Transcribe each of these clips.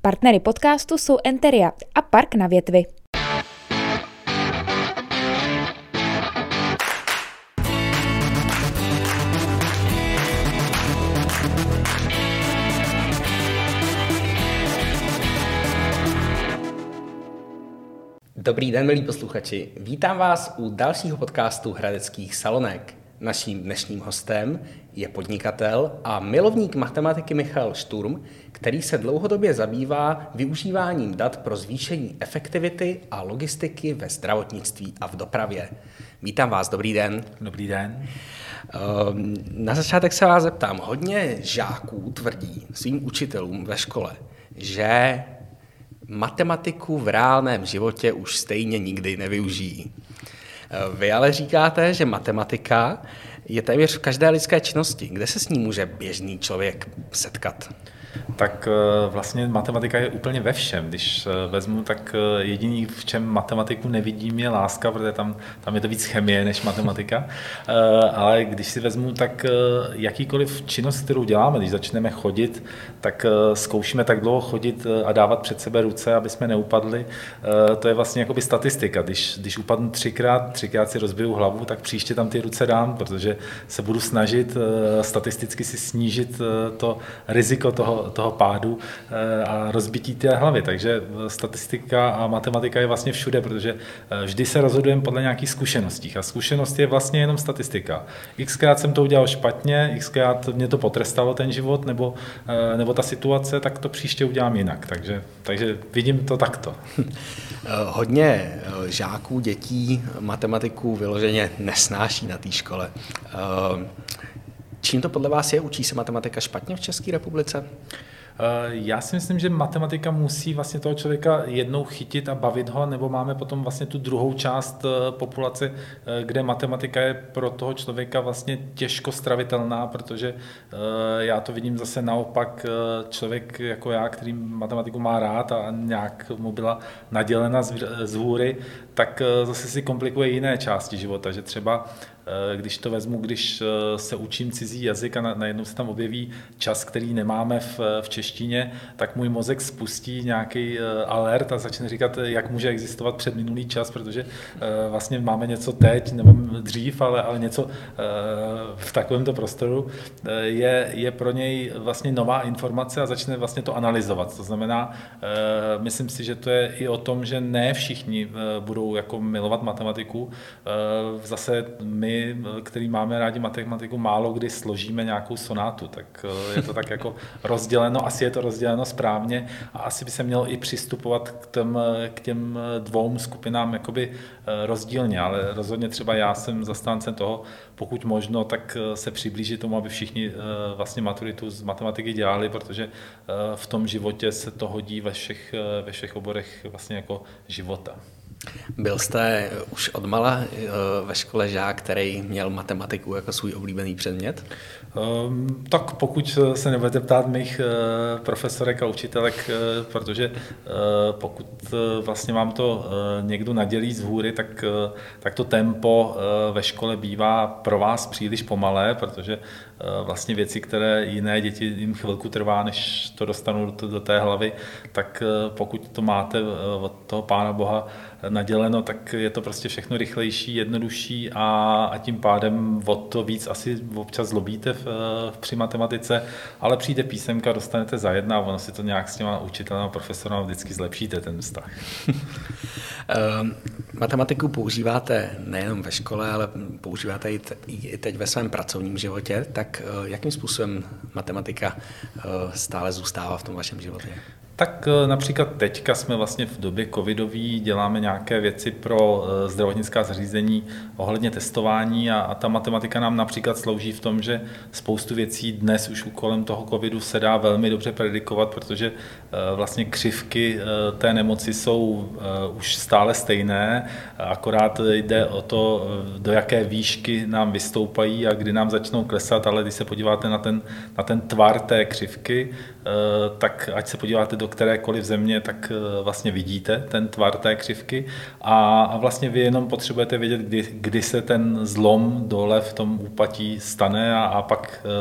Partnery podcastu jsou Enteria a Park na Větvi. Dobrý den, milí posluchači. Vítám vás u dalšího podcastu Hradeckých salonek. Naším dnešním hostem je podnikatel a milovník matematiky Michal Šturm, který se dlouhodobě zabývá využíváním dat pro zvýšení efektivity a logistiky ve zdravotnictví a v dopravě. Vítám vás, dobrý den. Dobrý den. Na začátek se vás zeptám. Hodně žáků tvrdí svým učitelům ve škole, že matematiku v reálném životě už stejně nikdy nevyužijí. Vy ale říkáte, že matematika je téměř v každé lidské činnosti. Kde se s ní může běžný člověk setkat? Tak vlastně matematika je úplně ve všem. Když vezmu, tak jediný, v čem matematiku nevidím, je láska, protože tam je to víc chemie než matematika. Ale když si vezmu, tak jakýkoliv činnost, kterou děláme, když začneme chodit, tak zkoušíme tak dlouho chodit a dávat před sebe ruce, aby jsme neupadli. To je vlastně jakoby statistika. Když upadnu třikrát si rozbiju hlavu, tak příště tam ty ruce dám, protože se budu snažit statisticky si snížit to riziko toho pádu a rozbití té hlavy. Takže statistika a matematika je vlastně všude, protože vždy se rozhodujeme podle nějakých zkušeností. A zkušenost je vlastně jenom statistika. Xkrát jsem to udělal špatně, xkrát mě to potrestalo ten život nebo ta situace, tak to příště udělám jinak. Takže vidím to takto. Hodně žáků, dětí matematiku vyloženě nesnáší na té škole. Čím to podle vás je? Učí se matematika špatně v České republice? Já si myslím, že matematika musí vlastně toho člověka jednou chytit a bavit ho, nebo máme potom vlastně tu druhou část populace, kde matematika je pro toho člověka vlastně těžko stravitelná, protože já to vidím zase naopak, člověk jako já, který matematiku má rád a nějak mu byla nadělena z hůry, tak zase si komplikuje jiné části života, že třeba když to vezmu, když se učím cizí jazyk a najednou se tam objeví čas, který nemáme v češtině, tak můj mozek spustí nějaký alert a začne říkat, jak může existovat předminulý čas, protože vlastně máme něco teď nebo dřív, ale něco v takovémto prostoru je pro něj vlastně nová informace a začne vlastně to analyzovat. To znamená, myslím si, že to je i o tom, že ne všichni budou jako milovat matematiku. Zase my, který máme rádi matematiku, málo kdy složíme nějakou sonátu, tak je to tak jako rozděleno, asi je to rozděleno správně a asi by se mělo i přistupovat k těm dvou skupinám jakoby rozdílně, ale rozhodně třeba já jsem zastáncem toho, pokud možno, tak se přiblížit tomu, aby všichni vlastně maturitu z matematiky dělali, protože v tom životě se to hodí ve všech oborech vlastně jako života. Byl jste už odmala ve škole žák, který měl matematiku jako svůj oblíbený předmět? Tak pokud se nebudete ptát mých profesorek a učitelek, protože pokud vlastně vám to někdo nadělí z hůry, tak to tempo ve škole bývá pro vás příliš pomalé, protože vlastně věci, které jiné děti jim chvilku trvá, než to dostanou do té hlavy, tak pokud to máte od toho Pána Boha naděleno, tak je to prostě všechno rychlejší, jednodušší a tím pádem o to víc asi občas zlobíte při matematice, ale přijde písemka, dostanete za jedna a ono si to nějak s těma učitelem a profesorem vždycky zlepšíte ten vztah. Matematiku používáte nejenom ve škole, ale používáte i teď ve svém pracovním životě, tak jakým způsobem matematika stále zůstává v tom vašem životě? Tak například teďka jsme vlastně v době covidový, děláme nějaké věci pro zdravotnická zařízení ohledně testování a ta matematika nám například slouží v tom, že spoustu věcí dnes už kolem toho covidu se dá velmi dobře predikovat, protože vlastně křivky té nemoci jsou už stále stejné, akorát jde o to, do jaké výšky nám vystoupají a kdy nám začnou klesat, ale když se podíváte na ten tvar té křivky, tak ať se podíváte do kterékoliv země, tak vlastně vidíte ten tvar té křivky a vlastně vy jenom potřebujete vědět, kdy se ten zlom dole v tom úpatí stane a pak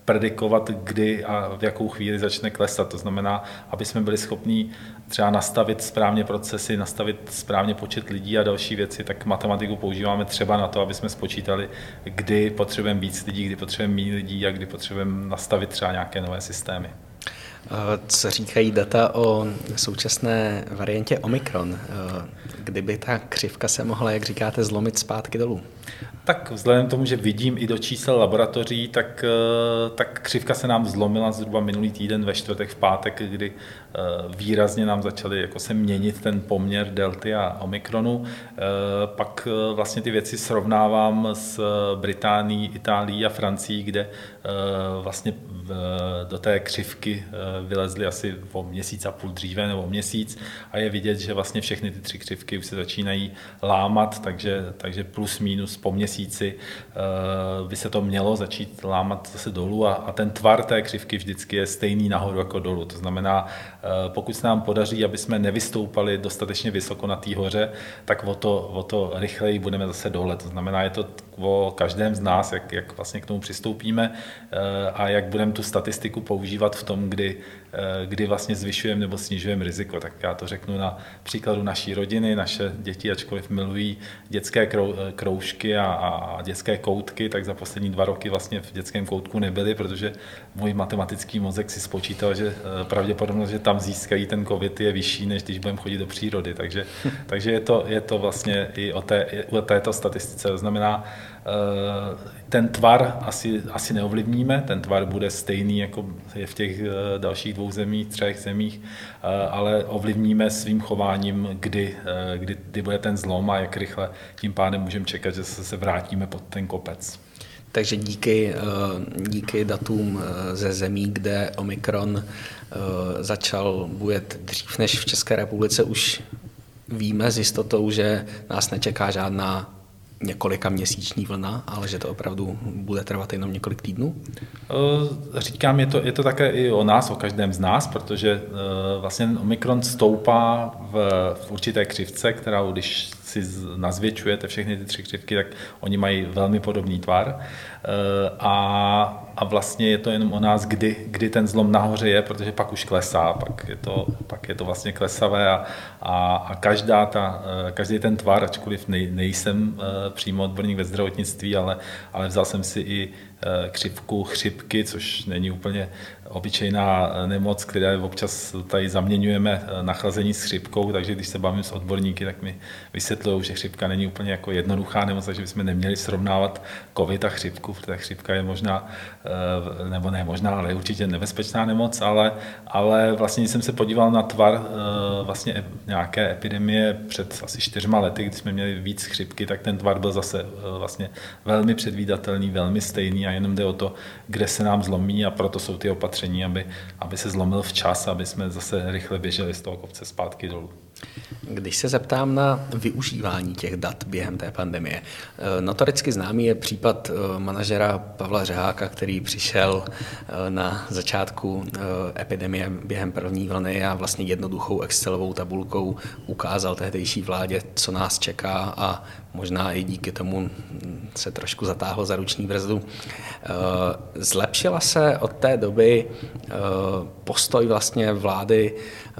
predikovat, kdy a v jakou chvíli začne klesat. To znamená, aby jsme byli schopní třeba nastavit správně procesy, nastavit správně počet lidí a další věci, tak matematiku používáme třeba na to, aby jsme spočítali, kdy potřebujeme víc lidí, kdy potřebujeme méně lidí a kdy potřebujeme nastavit třeba nějaké nové systémy. Co říkají data o současné variantě Omikron? Kdyby ta křivka se mohla, jak říkáte, zlomit zpátky dolů? Tak vzhledem k tomu, že vidím i do čísel laboratoří, tak křivka se nám zlomila zhruba minulý týden ve čtvrtek, v pátek, kdy výrazně nám začaly jako se měnit ten poměr delty a omikronu. Pak vlastně ty věci srovnávám s Británií, Itálií a Francií, kde vlastně do té křivky vylezly asi o měsíc a půl dříve nebo měsíc a je vidět, že vlastně všechny ty 3 křivky už se začínají lámat, takže plus minus po měsíci by se to mělo začít lámat zase dolů a ten tvar té křivky vždycky je stejný nahoru jako dolů. To znamená, pokud se nám podaří, aby jsme nevystoupali dostatečně vysoko na té hoře, tak o to rychleji budeme zase dole. To znamená, je to o každém z nás, jak vlastně k tomu přistoupíme a jak budeme tu statistiku používat v tom, kdy vlastně zvyšujeme nebo snižujeme riziko. Tak já to řeknu na příkladu naší rodiny. Naše děti, ačkoliv milují dětské kroužky a dětské koutky, tak za poslední 2 roky vlastně v dětském koutku nebyli, protože můj matematický mozek si spočítal, že pravděpodobnost, že tam získají ten covid, je vyšší, než když budeme chodit do přírody. Takže je to vlastně i o této statistice. To znamená, ten tvar asi neovlivníme, ten tvar bude stejný, jako je v těch dalších 2 zemích, 3 zemích, ale ovlivníme svým chováním, kdy bude ten zlom a jak rychle tím pádem můžeme čekat, že se vrátíme pod ten kopec. Takže díky datům ze zemí, kde Omikron začal bujet dřív než v České republice, už víme s jistotou, že nás nečeká žádná několika měsíční vlna, ale že to opravdu bude trvat jenom několik týdnů? Říkám, je to také i o nás, o každém z nás, protože vlastně Omikron stoupá v určité křivce, kterou když si nazvětšujete všechny ty 3 křivky, tak oni mají velmi podobný tvar a vlastně je to jenom o nás, kdy ten zlom nahoře je, protože pak už klesá, pak je to vlastně klesavé a každý ten tvar, ačkoliv nejsem přímo odborník ve zdravotnictví, ale vzal jsem si i křivku chřipky, což není úplně obyčejná nemoc, která občas tady zaměňujeme nachlazení s chřipkou, takže když se bavím s odborníky, tak mi vysvětlují, že chřipka není úplně jako jednoduchá nemoc, takže bychom neměli srovnávat covid a chřipku, protože chřipka je možná, nebo ne možná, ale určitě nebezpečná nemoc, ale vlastně jsem se podíval na tvar vlastně nějaké epidemie před asi 4 lety, kdy jsme měli víc chřipky, tak ten tvar byl zase vlastně velmi předvídatelný, velmi stejný a jenom jde o to, kde se nám zlomí a proto jsou ty opatření, aby se zlomil včas, aby jsme zase rychle běželi z toho kopce zpátky dolů. Když se zeptám na využívání těch dat během té pandemie, notoricky známý je případ manažera Pavla Řeháka, který přišel na začátku epidemie během první vlny a vlastně jednoduchou Excelovou tabulkou ukázal tehdejší vládě, co nás čeká a možná i díky tomu se trošku zatáhl za ruční brzdu. Zlepšila se od té doby postoj vlastně vlády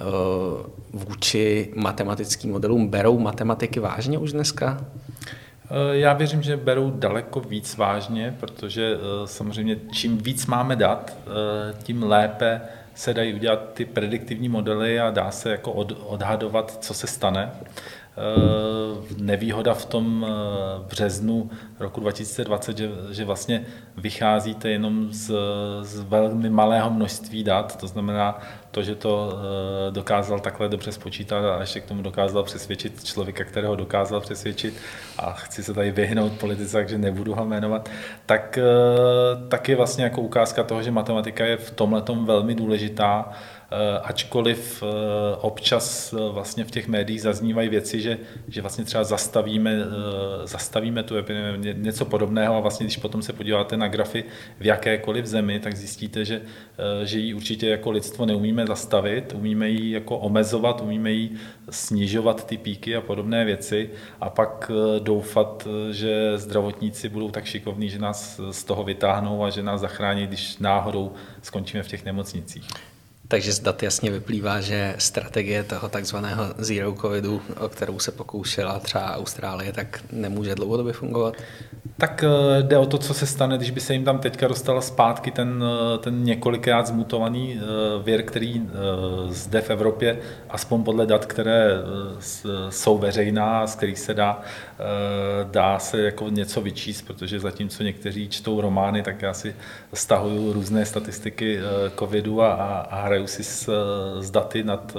vůči matematickým modelům? Berou matematiky vážně už dneska? Já věřím, že berou daleko víc vážně, protože samozřejmě čím víc máme dat, tím lépe se dají udělat ty prediktivní modely a dá se jako odhadovat, co se stane. Nevýhoda v tom březnu roku 2020, že vlastně vycházíte jenom z velmi malého množství dat, to znamená to, že to dokázal takhle dobře spočítat a ještě k tomu dokázal přesvědčit člověka, kterého dokázal přesvědčit a chci se tady vyhnout politice, takže nebudu ho jmenovat, tak je vlastně jako ukázka toho, že matematika je v tomhletom velmi důležitá. ačkoliv občas vlastně v těch médiích zaznívají věci, že vlastně třeba zastavíme tu epidemii, něco podobného, a vlastně když potom se podíváte na grafy v jakékoliv zemi, tak zjistíte, že ji určitě jako lidstvo neumíme zastavit, umíme ji jako omezovat, umíme ji snižovat ty píky a podobné věci a pak doufat, že zdravotníci budou tak šikovní, že nás z toho vytáhnou a že nás zachrání, když náhodou skončíme v těch nemocnicích. Takže z dat jasně vyplývá, že strategie toho takzvaného zero covidu, o kterou se pokoušela třeba Austrálie, tak nemůže dlouhodobě fungovat? Tak jde o to, co se stane, když by se jim tam teďka dostala zpátky ten několikrát zmutovaný vir, který zde v Evropě, aspoň podle dat, které jsou veřejná, z kterých se dá se jako něco vyčíst, protože zatímco někteří čtou romány, tak já si stahuju různé statistiky covidu a hraju si s daty nad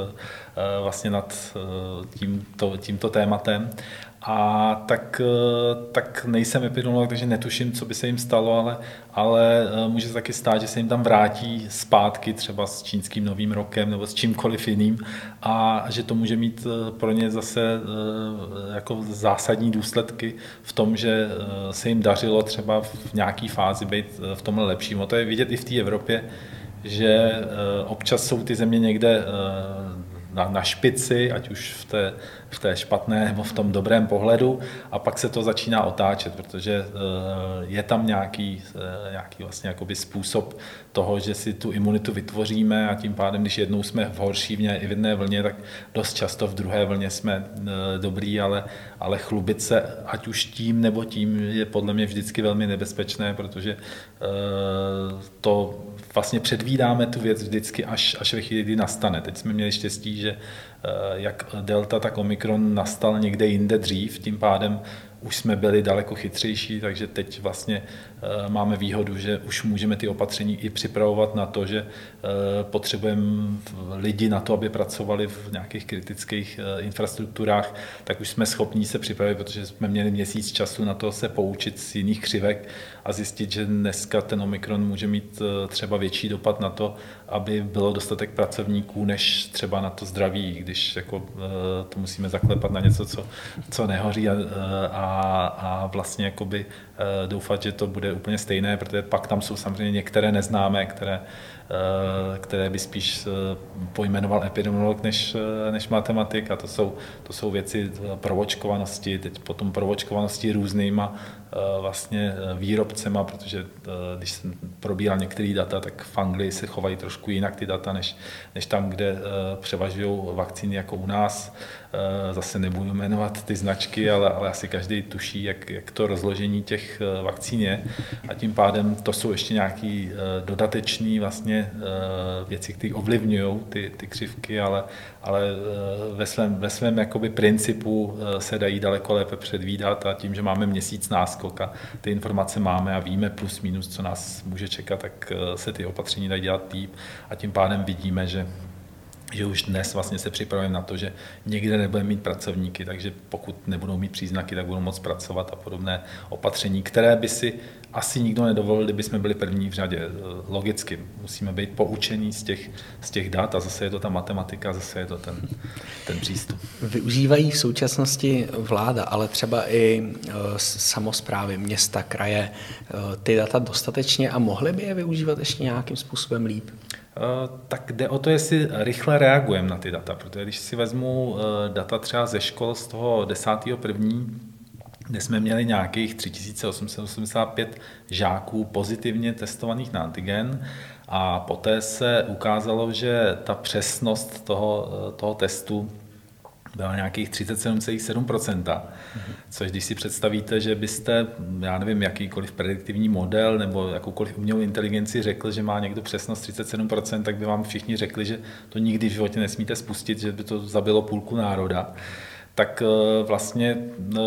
tímto tématem. A tak nejsem epidemiolog, takže netuším, co by se jim stalo, ale může se taky stát, že se jim tam vrátí zpátky třeba s čínským novým rokem nebo s čímkoliv jiným a že to může mít pro ně zase jako zásadní důsledky v tom, že se jim dařilo třeba v nějaké fázi být v tomhle lepším. To je vidět i v té Evropě, že občas jsou ty země někde na špici, ať už v té špatné nebo v tom dobrém pohledu, a pak se to začíná otáčet, protože je tam nějaký vlastně jakoby způsob toho, že si tu imunitu vytvoříme a tím pádem, když jednou jsme v horší v jedné vlně, tak dost často v druhé vlně jsme dobrý, ale chlubit se ať už tím nebo tím je podle mě vždycky velmi nebezpečné, protože to vlastně předvídáme tu věc vždycky až ve chvíli, kdy nastane. Teď jsme měli štěstí, že jak Delta, tak Omikron nastal někde jinde dřív, tím pádem už jsme byli daleko chytřejší, takže teď vlastně máme výhodu, že už můžeme ty opatření i připravovat na to, že potřebujeme lidi na to, aby pracovali v nějakých kritických infrastrukturách, tak už jsme schopní se připravit, protože jsme měli měsíc času na to se poučit z jiných křivek a zjistit, že dneska ten Omikron může mít třeba větší dopad na to, aby bylo dostatek pracovníků, než třeba na to zdraví, když jako to musíme zaklepat na něco, co nehoří a vlastně jakoby doufat, že to bude úplně stejné, protože pak tam jsou samozřejmě některé neznámé, které by spíš pojmenoval epidemiolog než matematik, a to jsou věci proočkovanosti, teď potom proočkovanosti různýma vlastně výrobcema, protože když jsem probíral některé data, tak v Anglii se chovají trošku jinak ty data, než tam, kde převažují vakcíny jako u nás. Zase nebudu jmenovat ty značky, ale asi každý tuší, jak to rozložení těch vakcín je, a tím pádem to jsou ještě nějaké dodateční vlastně věci, které ovlivňují ty křivky, ale ve svém jakoby principu se dají daleko lépe předvídat, a tím, že máme měsíc náskok a ty informace máme a víme plus minus, co nás může čekat, tak se ty opatření dají dělat líp, a tím pádem vidíme, že už dnes vlastně se připravujeme na to, že někde nebudeme mít pracovníky, takže pokud nebudou mít příznaky, tak budou moct pracovat a podobné opatření, které by si asi nikdo nedovolil, kdyby jsme byli první v řadě. Logicky musíme být poučení z těch dat, a zase je to ta matematika, zase je to ten přístup. Využívají v současnosti vláda, ale třeba i samosprávy, města, kraje, ty data dostatečně a mohly by je využívat ještě nějakým způsobem líp? Tak jde o to, jestli rychle reagujeme na ty data, protože když si vezmu data třeba ze škol z toho 10.1., kde jsme měli nějakých 3885 žáků pozitivně testovaných na antigen, a poté se ukázalo, že ta přesnost toho testu byla nějakých 37,7%, což když si představíte, že byste, já nevím, jakýkoliv prediktivní model nebo jakoukoliv umělou inteligenci řekl, že má někdo přesnost 37%, tak by vám všichni řekli, že to nikdy v životě nesmíte spustit, že by to zabilo půlku národa. Tak vlastně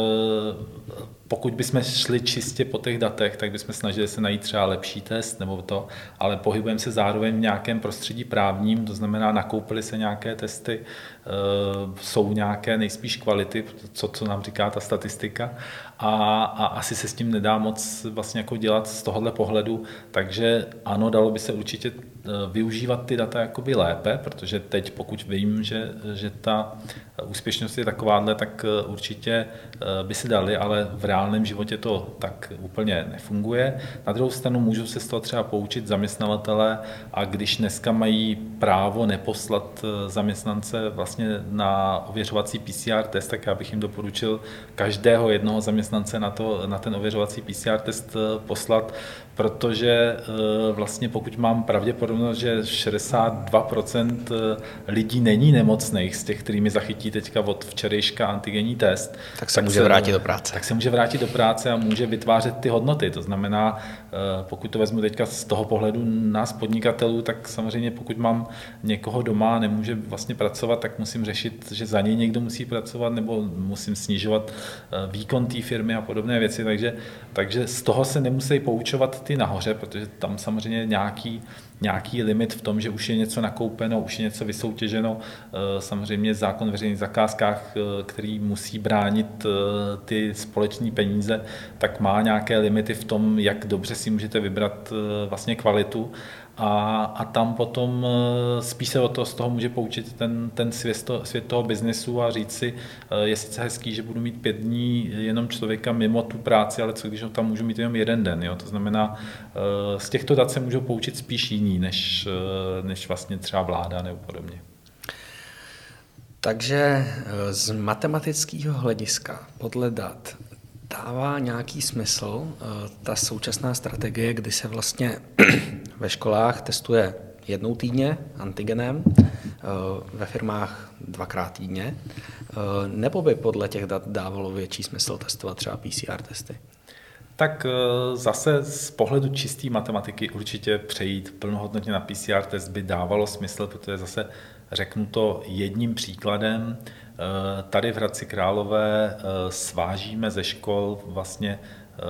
pokud bychom šli čistě po těch datech, tak bychom snažili se najít třeba lepší test nebo to, ale pohybujeme se zároveň v nějakém prostředí právním, to znamená, nakoupily se nějaké testy, jsou nějaké nejspíš kvality, co nám říká ta statistika, a asi se s tím nedá moc vlastně jako dělat z tohohle pohledu, takže ano, dalo by se určitě využívat ty data jakoby lépe, protože teď, pokud vím, že ta úspěšnost je takováhle, tak určitě by se dali, ale v reálném životě to tak úplně nefunguje. Na druhou stranu můžou se z toho třeba poučit zaměstnavatele, a když dneska mají právo neposlat zaměstnance vlastně na ověřovací PCR test, tak já bych jim doporučil každého jednoho zaměstnance na ten ověřovací PCR test poslat, protože vlastně pokud mám pravděpodobnost, že 62% lidí není nemocných z těch, kterými zachytí teďka od včerejška antigenní test, tak se může vrátit do práce. Tak se může vrátit do práce a může vytvářet ty hodnoty. To znamená, pokud to vezmu teďka z toho pohledu nás podnikatelů, tak samozřejmě pokud mám někoho doma a nemůže vlastně pracovat, tak musím řešit, že za něj někdo musí pracovat, nebo musím snižovat výkon té firmy a podobné věci. Takže z toho se nemusí poučovat ty nahoře, protože tam samozřejmě nějaký limit v tom, že už je něco nakoupeno, už je něco vysoutěženo. Samozřejmě zákon o veřejných zakázkách, který musí bránit ty společné peníze, tak má nějaké limity v tom, jak dobře si můžete vybrat vlastně kvalitu. A tam potom spíš se z toho může poučit ten svět toho biznesu a říct si, je sice hezký, že budu mít 5 dní jenom člověka mimo tu práci, ale co když tam můžu mít jenom 1 den. Jo? To znamená, z těchto dat se můžou poučit spíš jiní, než vlastně třeba vláda nebo podobně. Takže z matematického hlediska podle dat dává nějaký smysl ta současná strategie, kdy se vlastně ve školách testuje 1 týdně antigenem, ve firmách 2krát týdně, nebo by podle těch dat dávalo větší smysl testovat třeba PCR testy? Tak zase z pohledu čisté matematiky určitě přejít plnohodnotně na PCR test by dávalo smysl, protože zase řeknu to jedním příkladem. Tady v Hradci Králové svážíme ze škol vlastně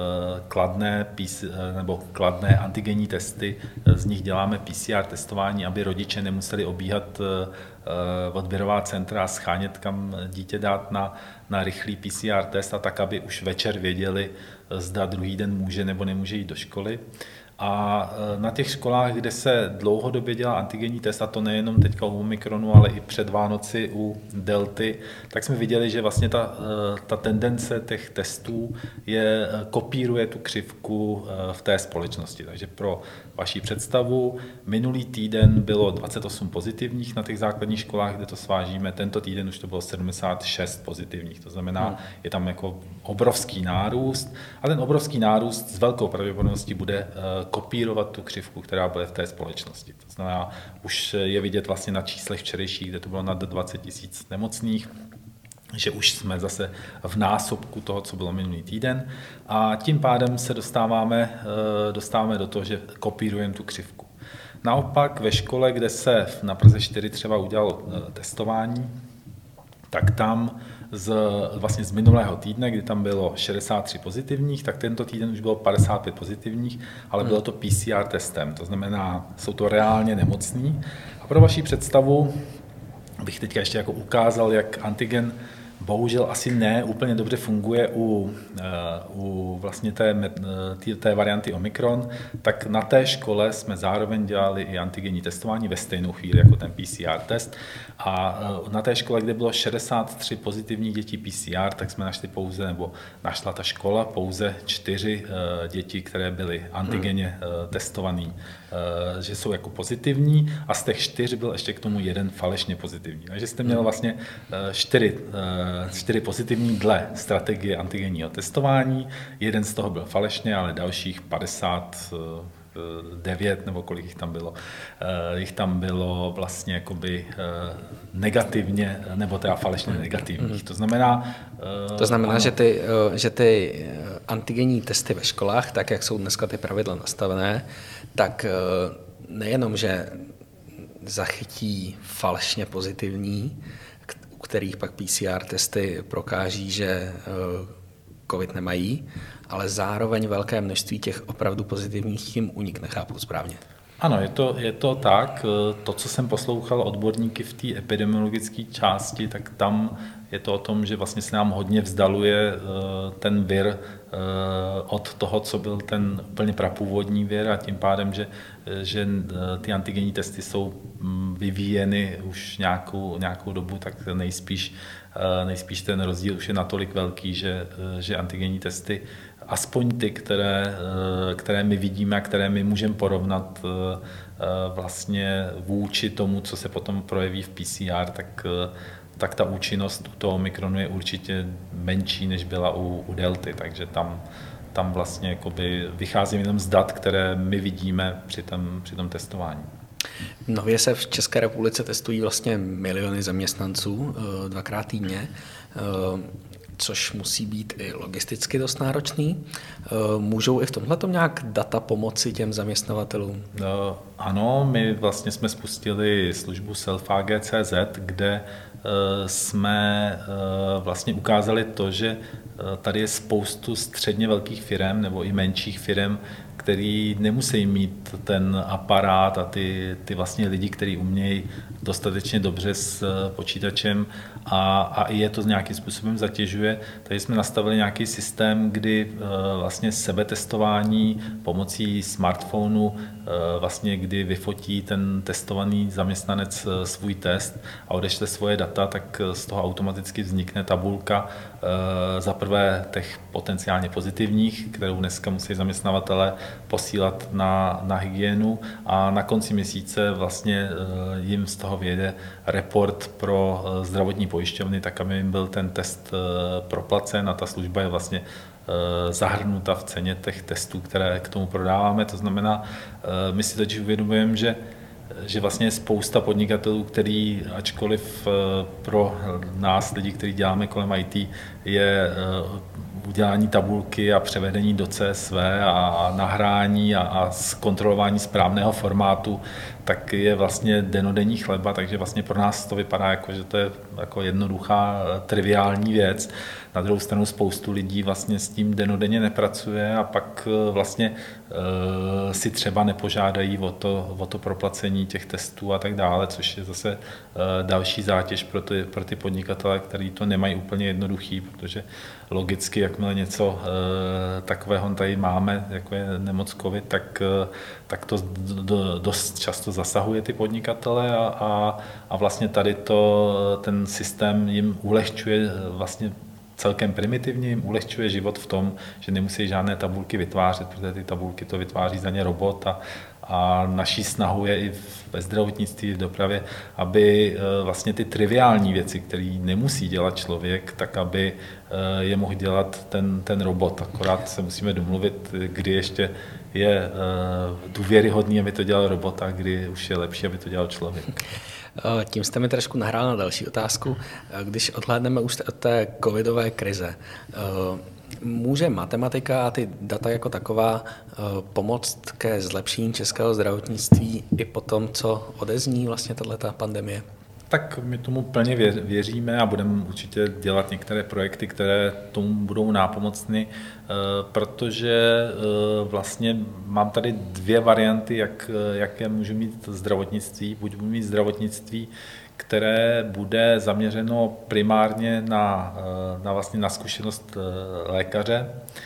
kladné antigenní testy, z nich děláme PCR testování, aby rodiče nemuseli obíhat odběrová centra a schánět, kam dítě dát na rychlý PCR test, a tak, aby už večer věděli, zda druhý den může nebo nemůže jít do školy. A na těch školách, kde se dlouhodobě dělá antigenní test, a to nejenom teďka u Omikronu, ale i před Vánoci u Delty, tak jsme viděli, že vlastně ta tendence těch testů kopíruje tu křivku v té společnosti. Takže pro vaši představu, minulý týden bylo 28 pozitivních na těch základních školách, kde to svážíme, tento týden už to bylo 76 pozitivních, to znamená, je tam jako obrovský nárůst, a ten obrovský nárůst s velkou pravděpodobností bude kopírovat tu křivku, která bude v té společnosti. To znamená, už je vidět vlastně na číslech včerejších, kde to bylo nad 20 000 nemocných, že už jsme zase v násobku toho, co bylo minulý týden, a tím pádem se dostáváme do toho, že kopírujeme tu křivku. Naopak ve škole, kde se na Praze 4 třeba udělalo testování, tak tam vlastně z minulého týdne, kdy tam bylo 63 pozitivních, tak tento týden už bylo 55 pozitivních, ale bylo to PCR testem, to znamená, jsou to reálně nemocní. A pro vaši představu bych teďka ještě jako ukázal, jak antigen bohužel asi ne úplně dobře funguje u vlastně té varianty Omikron, tak na té škole jsme zároveň dělali i antigenní testování ve stejnou chvíli jako ten PCR test, a na té škole, kde bylo 63 pozitivních dětí PCR, tak jsme našla ta škola pouze 4 děti, které byly antigenně testovaný, že jsou jako pozitivní, a z těch 4 byl ještě k tomu 1 falešně pozitivní. Takže jste měl vlastně 4 pozitivní dle strategie antigenního testování, 1 z toho byl falešně, ale dalších 59 nebo kolik jich tam bylo vlastně jakoby negativně, nebo teda falešně negativních. To znamená, že ty antigenní testy ve školách, tak jak jsou dneska ty pravidla nastavené, tak nejenom, že zachytí falešně pozitivní, u kterých pak PCR testy prokáží, že COVID nemají, ale zároveň velké množství těch opravdu pozitivních tím unikne, chápu správně. Ano, je to tak. To, co jsem poslouchal odborníky v té epidemiologické části, tak tam je to o tom, že vlastně se nám hodně vzdaluje ten vir od toho, co byl ten úplně prapůvodní vir, a tím pádem, že ty antigenní testy jsou vyvíjeny už nějakou dobu, tak nejspíš ten rozdíl už je natolik velký, že antigenní testy, aspoň ty, které my vidíme a které my můžeme porovnat vlastně vůči tomu, co se potom projeví v PCR, tak ta účinnost u toho Omikronu je určitě menší, než byla u delty, takže tam vlastně jakoby vycházím jenom z dat, které my vidíme při tom testování. Nově se v České republice testují vlastně miliony zaměstnanců 2x týdně, což musí být i logisticky dost náročný. Můžou i v tomhletom nějak data pomoci těm zaměstnavatelům? Ano, my vlastně jsme spustili službu self-AG.cz, kde jsme vlastně ukázali to, že tady je spoustu středně velkých firem nebo i menších firem, který nemusí mít ten aparát a ty vlastně lidi, kteří umějí dostatečně dobře s počítačem a i je to nějakým způsobem zatěžuje. Takže jsme nastavili nějaký systém, kdy vlastně sebetestování pomocí smartphonu, vlastně kdy vyfotí ten testovaný zaměstnanec svůj test a odešle svoje data, tak z toho automaticky vznikne tabulka za prvé těch potenciálně pozitivních, kterou dneska musí zaměstnavatele posílat na hygienu, a na konci měsíce vlastně jim z toho vyjede report pro zdravotní pojišťovny, tak aby jim byl ten test proplacen, a ta služba je vlastně zahrnuta v ceně těch testů, které k tomu prodáváme. To znamená, my si totiž uvědomujeme, že vlastně je spousta podnikatelů, který, ačkoliv pro nás, lidi, kteří děláme kolem IT, je udělání tabulky a převedení do CSV a nahrání a zkontrolování správného formátu, tak je vlastně dennodenní chleba, takže vlastně pro nás to vypadá jako, že to je jako jednoduchá, triviální věc. Na druhou stranu spoustu lidí vlastně s tím dennodenně nepracuje a pak vlastně si třeba nepožádají o to proplacení těch testů a tak dále, což je zase další zátěž pro ty podnikatele, kteří to nemají úplně jednoduchý, protože logicky, jakmile něco takového tady máme, jako je nemoc COVID, tak to dost často zasahuje ty podnikatele a vlastně tady ten systém jim ulehčuje vlastně celkem primitivně, jim ulehčuje život v tom, že nemusí žádné tabulky vytvářet, protože ty tabulky to vytváří za ně robot a naší snahou je i ve zdravotnictví, v dopravě, aby vlastně ty triviální věci, které nemusí dělat člověk, tak aby je mohl dělat ten robot. Akorát se musíme domluvit, kdy ještě je důvěryhodný, aby to dělal robot, a kdy už je lepší, aby to dělal člověk. Tím jste mi trošku nahrál na další otázku. Když odhlédneme už od té covidové krize, může matematika a ty data jako taková pomoct ke zlepšení českého zdravotnictví i po tom, co odezní vlastně tato pandemie? Tak my tomu plně věříme a budeme určitě dělat některé projekty, které tomu budou nápomocny, protože vlastně mám tady dvě varianty, jaké můžu mít zdravotnictví. Buď budu mít zdravotnictví, které bude zaměřeno primárně na zkušenost lékaře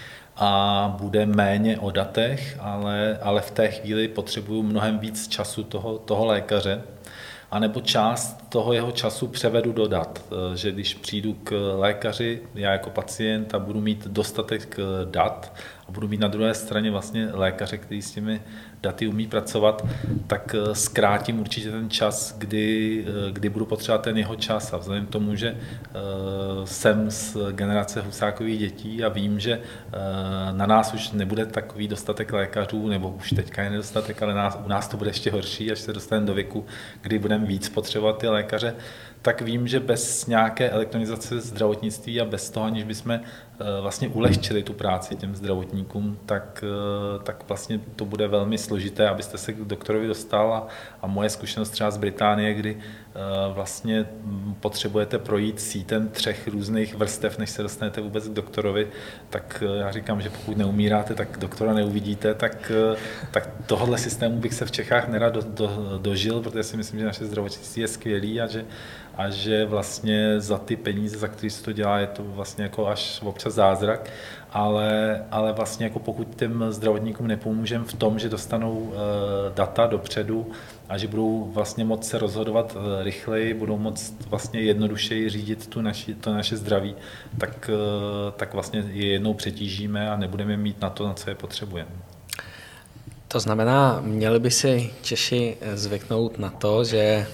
a bude méně o datech, ale v té chvíli potřebuju mnohem víc času toho lékaře, anebo část toho jeho času převedu do dat, že když přijdu k lékaři, já jako pacient, a budu mít dostatek dat a budu mít na druhé straně vlastně lékaře, který s těmi daty umí pracovat, tak zkrátím určitě ten čas, kdy budu potřebovat ten jeho čas. A vzhledem k tomu, že jsem z generace Husákových dětí a vím, že na nás už nebude takový dostatek lékařů, nebo už teďka je nedostatek, ale u nás to bude ještě horší, až se dostaneme do věku, kdy budeme víc potřebovat ty lékaře, tak vím, že bez nějaké elektronizace zdravotnictví a bez toho, aniž bychom vlastně ulehčili tu práci těm zdravotníkům, tak vlastně to bude velmi složité, abyste se k doktorovi dostal a moje zkušenost třeba z Británie, kdy vlastně potřebujete projít sítem 3 různých vrstev, než se dostanete vůbec k doktorovi, tak já říkám, že pokud neumíráte, tak doktora neuvidíte, tak tohohle systému bych se v Čechách nerad dožil, protože si myslím, že naše zdravotnictví je skvělý a že vlastně za ty peníze, za které se to dělá, je to vlastně jako až občas zázrak, ale vlastně jako pokud těm zdravotníkům nepomůžeme v tom, že dostanou data dopředu a že budou vlastně moct se rozhodovat rychleji, budou moct vlastně jednodušeji řídit to naše zdraví, tak vlastně je jednou přetížíme a nebudeme mít na to, na co je potřebujeme. To znamená, měli by si Češi zvyknout na to, že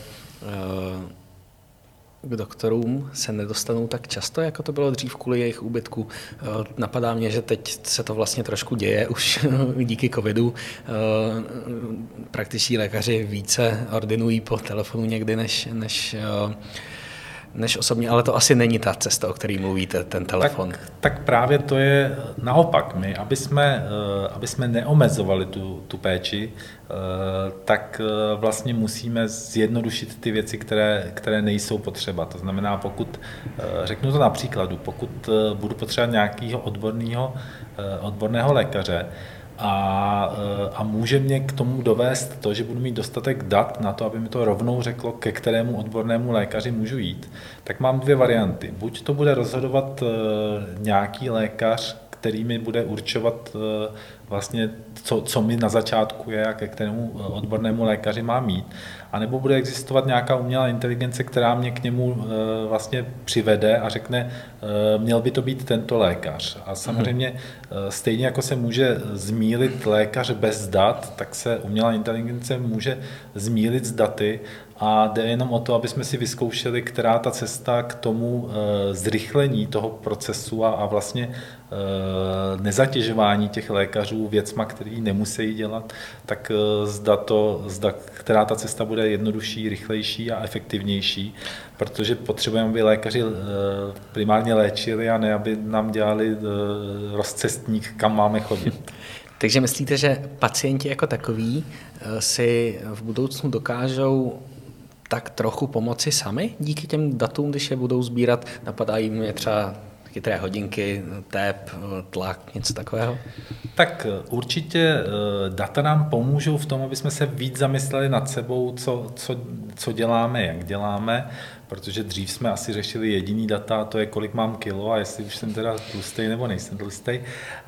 k doktorům se nedostanou tak často, jako to bylo dřív kvůli jejich úbytku. Napadá mě, že teď se to vlastně trošku děje už díky covidu. Praktičtí lékaři více ordinují po telefonu někdy než osobně, ale to asi není ta cesta, o které mluvíte, ten telefon. Tak právě to je naopak. My, aby jsme neomezovali tu péči, tak vlastně musíme zjednodušit ty věci, které nejsou potřeba. To znamená, pokud, řeknu to na příkladu, pokud budu potřebovat nějakého odborného lékaře, a může mě k tomu dovést to, že budu mít dostatek dat na to, aby mi to rovnou řeklo, ke kterému odbornému lékaři můžu jít, tak mám 2 varianty. Buď to bude rozhodovat nějaký lékař, který mi bude určovat vlastně, co mi na začátku je a ke kterému odbornému lékaři mám mít, anebo bude existovat nějaká umělá inteligence, která mě k němu vlastně přivede a řekne, měl by to být tento lékař. A samozřejmě stejně jako se může zmýlit lékař bez dat, tak se umělá inteligence může zmýlit s daty a jde jenom o to, aby jsme si vyzkoušeli, která ta cesta k tomu zrychlení toho procesu a vlastně nezatěžování těch lékařů věcma, který nemusí dělat, tak která ta cesta bude jednodušší, rychlejší a efektivnější, protože potřebujeme, aby lékaři primárně léčili a ne, aby nám dělali rozcestník, kam máme chodit. Takže myslíte, že pacienti jako takoví si v budoucnu dokážou tak trochu pomoci sami díky těm datům, když je budou sbírat? Napadají mě třeba chytré hodinky, tep, tlak, něco takového? Tak určitě data nám pomůžou v tom, aby jsme se víc zamysleli nad sebou, co děláme, jak děláme, protože dřív jsme asi řešili jediný data, to je, kolik mám kilo a jestli už jsem teda tlustej nebo nejsem tlustej,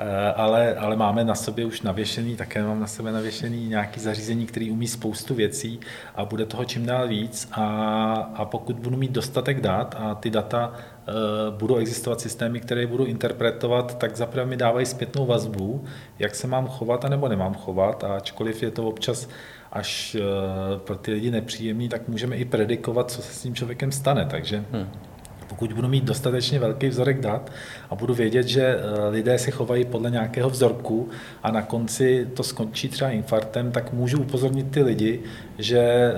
ale máme na sobě už navěšený, také mám na sebe navěšený nějaký zařízení, který umí spoustu věcí a bude toho čím dál víc a pokud budu mít dostatek dat a ty data budou existovat systémy, které budou interpretovat, tak zaprvé mi dávají zpětnou vazbu, jak se mám chovat a nebo nemám chovat, a ačkoliv je to občas až pro ty lidi nepříjemný, tak můžeme i predikovat, co se s tím člověkem stane. Takže pokud budu mít dostatečně velký vzorek dat a budu vědět, že lidé se chovají podle nějakého vzorku a na konci to skončí třeba infarktem, tak můžu upozornit ty lidi, že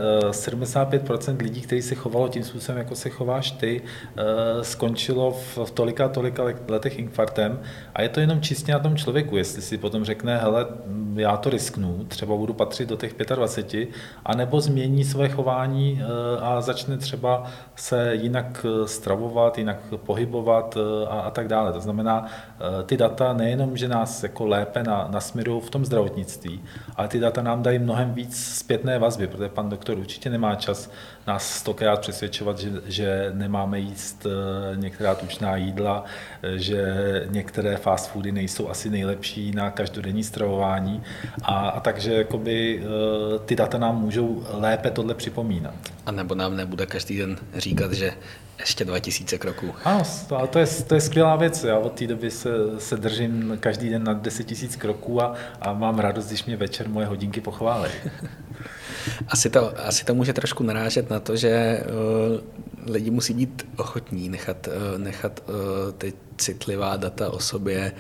75% lidí, kteří se chovalo tím způsobem, jako se chováš ty, skončilo v tolika letech infarktem a je to jenom čistě na tom člověku, jestli si potom řekne, hele, já to risknu, třeba budu patřit do těch 25, anebo změní své chování a začne třeba se jinak stravovat, jinak pohybovat a tak dále. To znamená, ty data nejenom, že nás jako lépe nasměrují v tom zdravotnictví, ale ty data nám dají mnohem víc zpětné vazby, protože pan doktor určitě nemá čas nás 100krát přesvědčovat, že nemáme jíst některá tučná jídla, že některé fast foody nejsou asi nejlepší na každodenní stravování a takže jakoby, ty data nám můžou lépe tohle připomínat. A nebo nám nebude každý den říkat, že ještě 2000 kroků. Ano, ale to je skvělá věc. Já od té doby se držím každý den na 10 000 kroků a mám radost, když mě večer moje hodinky pochválí. Asi to může trošku narážet na to, že lidi musí být ochotní nechat ty citlivá data o sobě,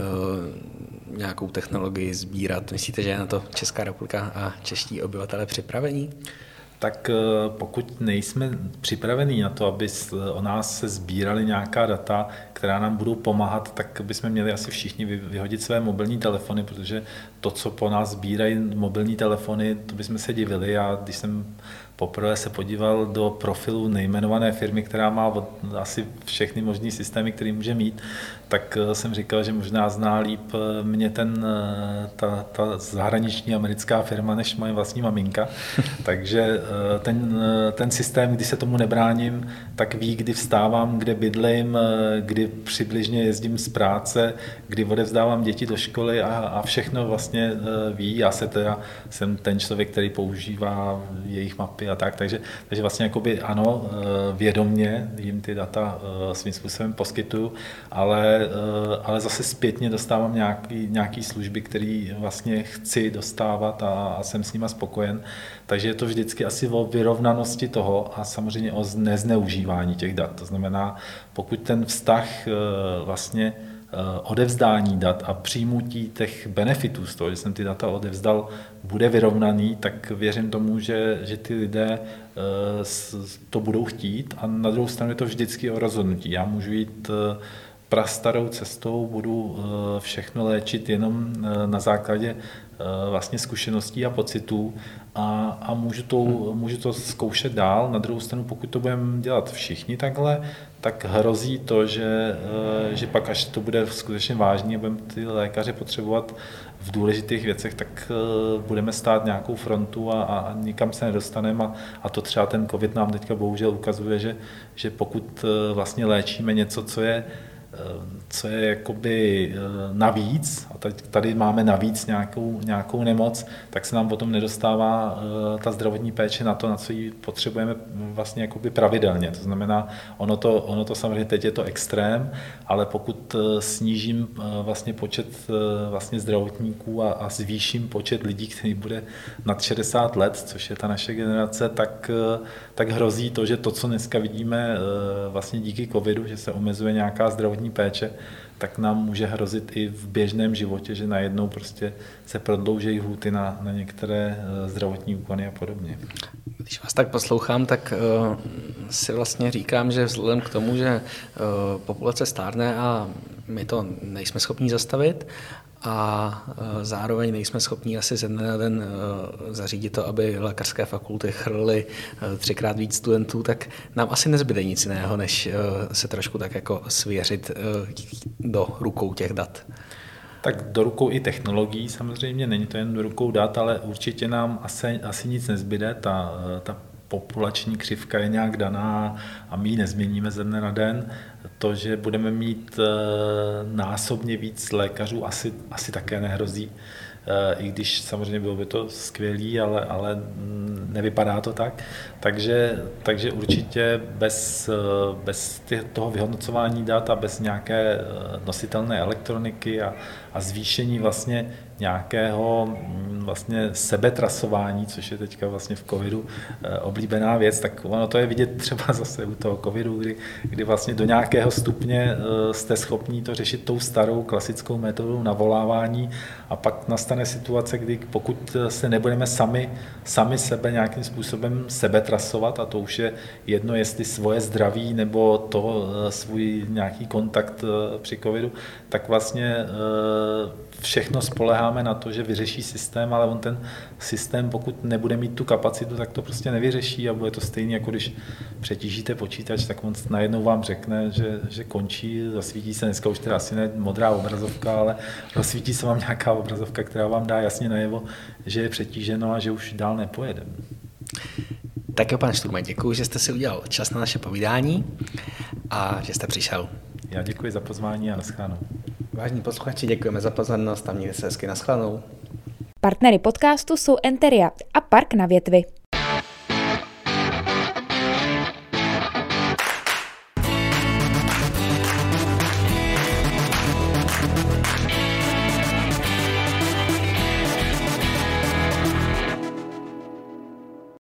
nějakou technologii sbírat. Myslíte, že je na to Česká republika a čeští obyvatelé připravení? Tak pokud nejsme připravení na to, aby o nás se sbíraly nějaká data, která nám budou pomáhat, tak bychom měli asi všichni vyhodit své mobilní telefony, protože to, co po nás sbírají mobilní telefony, to bychom se divili. A když jsem poprvé se podíval do profilu nejmenované firmy, která má asi všechny možný systémy, který může mít, tak jsem říkal, že možná zná líp mě ta zahraniční americká firma, než moje vlastní maminka. Takže ten systém, když se tomu nebráním, tak ví, kdy vstávám, kde bydlím, kdy přibližně jezdím z práce, kdy odevzdávám děti do školy a všechno vlastně ví. Já jsem ten člověk, který používá jejich mapy a tak, takže vlastně jakoby ano, vědomně jim ty data svým způsobem poskytuju, ale zase zpětně dostávám nějaký služby, které vlastně chci dostávat a jsem s nima spokojen. Takže je to vždycky asi o vyrovnanosti toho a samozřejmě o nezneužívání těch dat. To znamená, pokud ten vztah vlastně odevzdání dat a přijmutí těch benefitů z toho, že jsem ty data odevzdal, bude vyrovnaný, tak věřím tomu, že ty lidé to budou chtít a na druhou stranu je to vždycky o rozhodnutí. Já můžu jít prastarou cestou, budu všechno léčit jenom na základě vlastně zkušeností a pocitů a můžu to zkoušet dál. Na druhou stranu, pokud to budeme dělat všichni takhle, tak hrozí to, že pak, až to bude skutečně vážný a budeme ty lékaře potřebovat v důležitých věcech, tak budeme stát nějakou frontu a nikam se nedostaneme a to třeba ten covid nám teďka bohužel ukazuje, že pokud vlastně léčíme něco, co je jakoby navíc, a tady máme navíc nějakou nemoc, tak se nám potom nedostává ta zdravotní péče na to, na co ji potřebujeme vlastně jakoby pravidelně. To znamená, ono to samozřejmě teď je to extrém, ale pokud snížím vlastně počet vlastně zdravotníků a zvýším počet lidí, který bude nad 60 let, což je ta naše generace, tak hrozí to, že to, co dneska vidíme vlastně díky covidu, že se omezuje nějaká zdravotní péče, tak nám může hrozit i v běžném životě, že najednou prostě se prodlouží lhůty na některé zdravotní úkony a podobně. Když vás tak poslouchám, tak si vlastně říkám, že vzhledem k tomu, že populace stárne a my to nejsme schopni zastavit a zároveň nejsme schopni asi ze dne na den zařídit to, aby lékařské fakulty chrlily 3x víc studentů, tak nám asi nezbyde nic jiného, než se trošku tak jako svěřit do rukou těch dat. Tak do rukou i technologií samozřejmě, není to jen do rukou dat, ale určitě nám asi nic nezbyde, ta populační křivka je nějak daná a my ji nezměníme ze dne na den. To, že budeme mít násobně víc lékařů, asi také nehrozí. I když samozřejmě bylo by to skvělý, ale nevypadá to tak. Takže určitě bez toho vyhodnocování dat a bez nějaké nositelné elektroniky a zvýšení vlastně nějakého vlastně sebetrasování, což je teďka vlastně v covidu oblíbená věc, tak ono to je vidět třeba zase u toho covidu, kdy vlastně do nějakého stupně jste schopní to řešit tou starou klasickou metodou navolávání a pak nastane situace, kdy pokud se nebudeme sami sebe nějakým způsobem sebetrasovat, a to už je jedno, jestli svoje zdraví nebo to svůj nějaký kontakt při covidu, tak vlastně všechno spoléháme na to, že vyřeší systém, ale on ten systém, pokud nebude mít tu kapacitu, tak to prostě nevyřeší a bude to stejné, jako když přetížíte počítač, tak on najednou vám řekne, že končí, zasvítí se dneska už teda asi ne modrá obrazovka, ale rozsvítí se vám nějaká obrazovka, která vám dá jasně najevo, že je přetíženo a že už dál nepojedeme. Tak jo, pane Šturme, děkuji, že jste si udělal čas na naše povídání a že jste přišel. Já děkuji za pozvání a nashledanou. Vážení posluchači, děkujeme za pozornost a mějte se hezky, nashledanou. Partnery podcastu jsou Enteria a Park na Větvi.